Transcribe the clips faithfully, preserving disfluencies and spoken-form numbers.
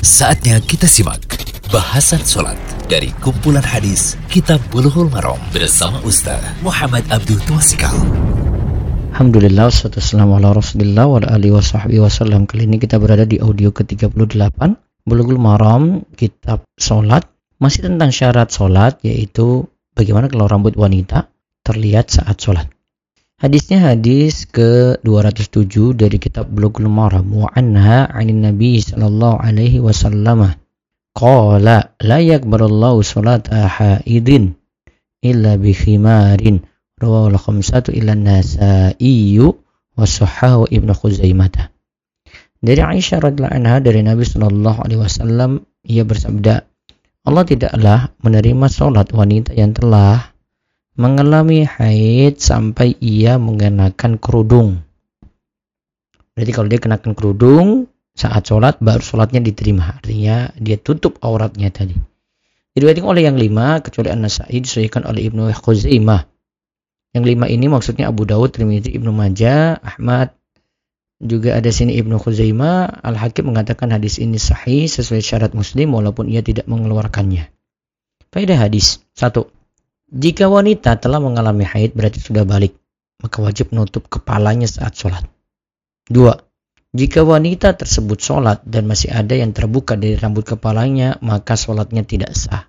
Saatnya kita simak bahasan sholat dari kumpulan hadis Kitab Bulughul Maram bersama Ustaz Muhammad Abdul Twasikal. Alhamdulillah, wassalatu wassalamu ala rasulillah wa ala alihi wa sahbihi wasallam. Kali ini kita berada di audio ke tiga puluh delapan Bulughul Maram, kitab sholat. Masih tentang syarat sholat, yaitu bagaimana kalau rambut wanita terlihat saat sholat. Hadisnya hadis ke dua ratus tujuh dari kitab Bulughul Maram. Wa anha 'anin nabi sallallahu alaihi wasallam qala la yaqbalullahu salata haidin illa bi khimarin rawahu al-khamsatu illa an-Nasa'i wa sahahu Ibnu Khuzaimah. Dari Aisyah radhiyallahu anha dari Nabi sallallahu alaihi wasallam, ia bersabda, Allah tidaklah menerima salat wanita yang telah mengalami haid sampai ia mengenakan kerudung. Berarti kalau dia kenakan kerudung saat sholat, baru sholatnya diterima. Artinya dia tutup auratnya tadi. Diriwayatkan oleh yang lima, kecuali An-Nasa'i, disahihkan oleh Ibnu Khuzaimah. Yang lima ini maksudnya Abu Dawud, Tirmidzi, Ibnu Majah, Ahmad. Juga ada sini Ibnu Khuzaimah. Al-Hakim mengatakan hadis ini sahih sesuai syarat Muslim walaupun ia tidak mengeluarkannya. Faedah hadis. Satu. Jika wanita telah mengalami haid berarti sudah balik, maka wajib menutup kepalanya saat sholat. Dua. Jika wanita tersebut sholat dan masih ada yang terbuka dari rambut kepalanya, maka sholatnya tidak sah.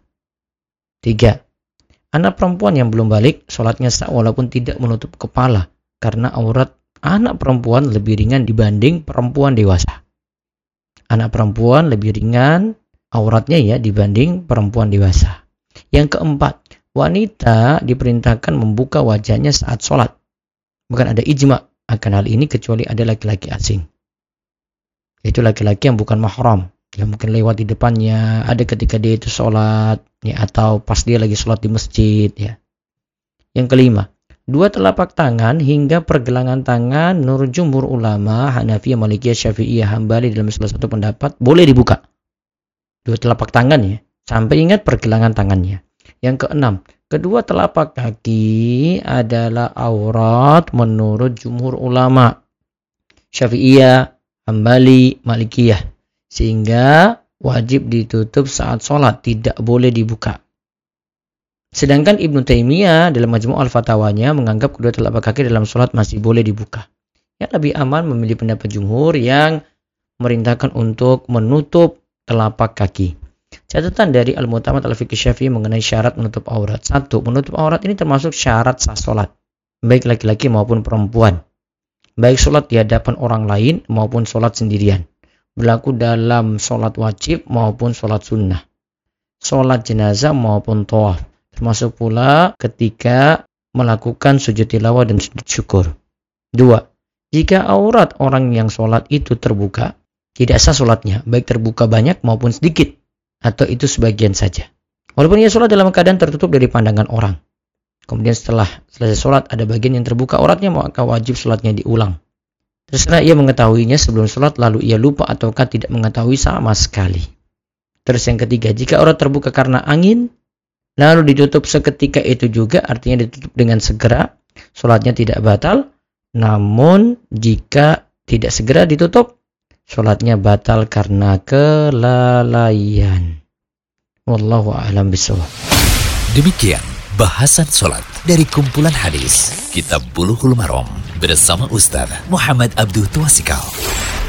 Tiga. Anak perempuan yang belum balik, sholatnya sah walaupun tidak menutup kepala, karena aurat anak perempuan lebih ringan dibanding perempuan dewasa. Anak perempuan lebih ringan auratnya ya dibanding perempuan dewasa. Yang keempat. Wanita diperintahkan membuka wajahnya saat sholat. Bukan ada ijma akan hal ini kecuali ada laki-laki asing. Yaitu laki-laki yang bukan mahram. Yang mungkin lewat di depannya, ada ketika dia itu sholat, ya, atau pas dia lagi sholat di masjid. Ya. Yang kelima, dua telapak tangan hingga pergelangan tangan menurut jumhur ulama, Hanafiyah, Malikiyah, Syafi'iyah, Hambali dalam salah satu pendapat, boleh dibuka. Dua telapak tangan ya, sampai ingat pergelangan tangannya. Yang keenam, kedua telapak kaki adalah aurat menurut jumhur ulama Syafi'iyah, Hambali, Malikiyah. Sehingga wajib ditutup saat sholat, tidak boleh dibuka. Sedangkan Ibnu Taimiyah dalam Majmu' al-Fatawanya menganggap kedua telapak kaki dalam sholat masih boleh dibuka. Yang lebih aman memilih pendapat jumhur yang merintahkan untuk menutup telapak kaki. Catatan dari Al-Mu'tamad Al-Fiqh Syafi'i mengenai syarat menutup aurat. Satu, menutup aurat ini termasuk syarat sah sholat. Baik laki-laki maupun perempuan. Baik sholat di hadapan orang lain maupun sholat sendirian. Berlaku dalam sholat wajib maupun sholat sunnah. Sholat jenazah maupun tawaf. Termasuk pula ketika melakukan sujud tilawah dan sujud syukur. Dua, jika aurat orang yang sholat itu terbuka, tidak sah sholatnya. Baik terbuka banyak maupun sedikit. Atau itu sebagian saja. Walaupun ia sholat dalam keadaan tertutup dari pandangan orang. Kemudian setelah selesai sholat ada bagian yang terbuka auratnya, maka wajib sholatnya diulang. Terserah ia mengetahuinya sebelum sholat lalu ia lupa ataukah tidak mengetahui sama sekali. Terus yang ketiga, jika aurat terbuka karena angin, lalu ditutup seketika itu juga, artinya ditutup dengan segera, sholatnya tidak batal. Namun jika tidak segera ditutup, sholatnya batal karena kelalaian. Wallahu a'lam bishawab. Demikian bahasan sholat dari kumpulan hadis Kitab Bulughul Maram bersama Ustaz Muhammad Abdul Twasikal.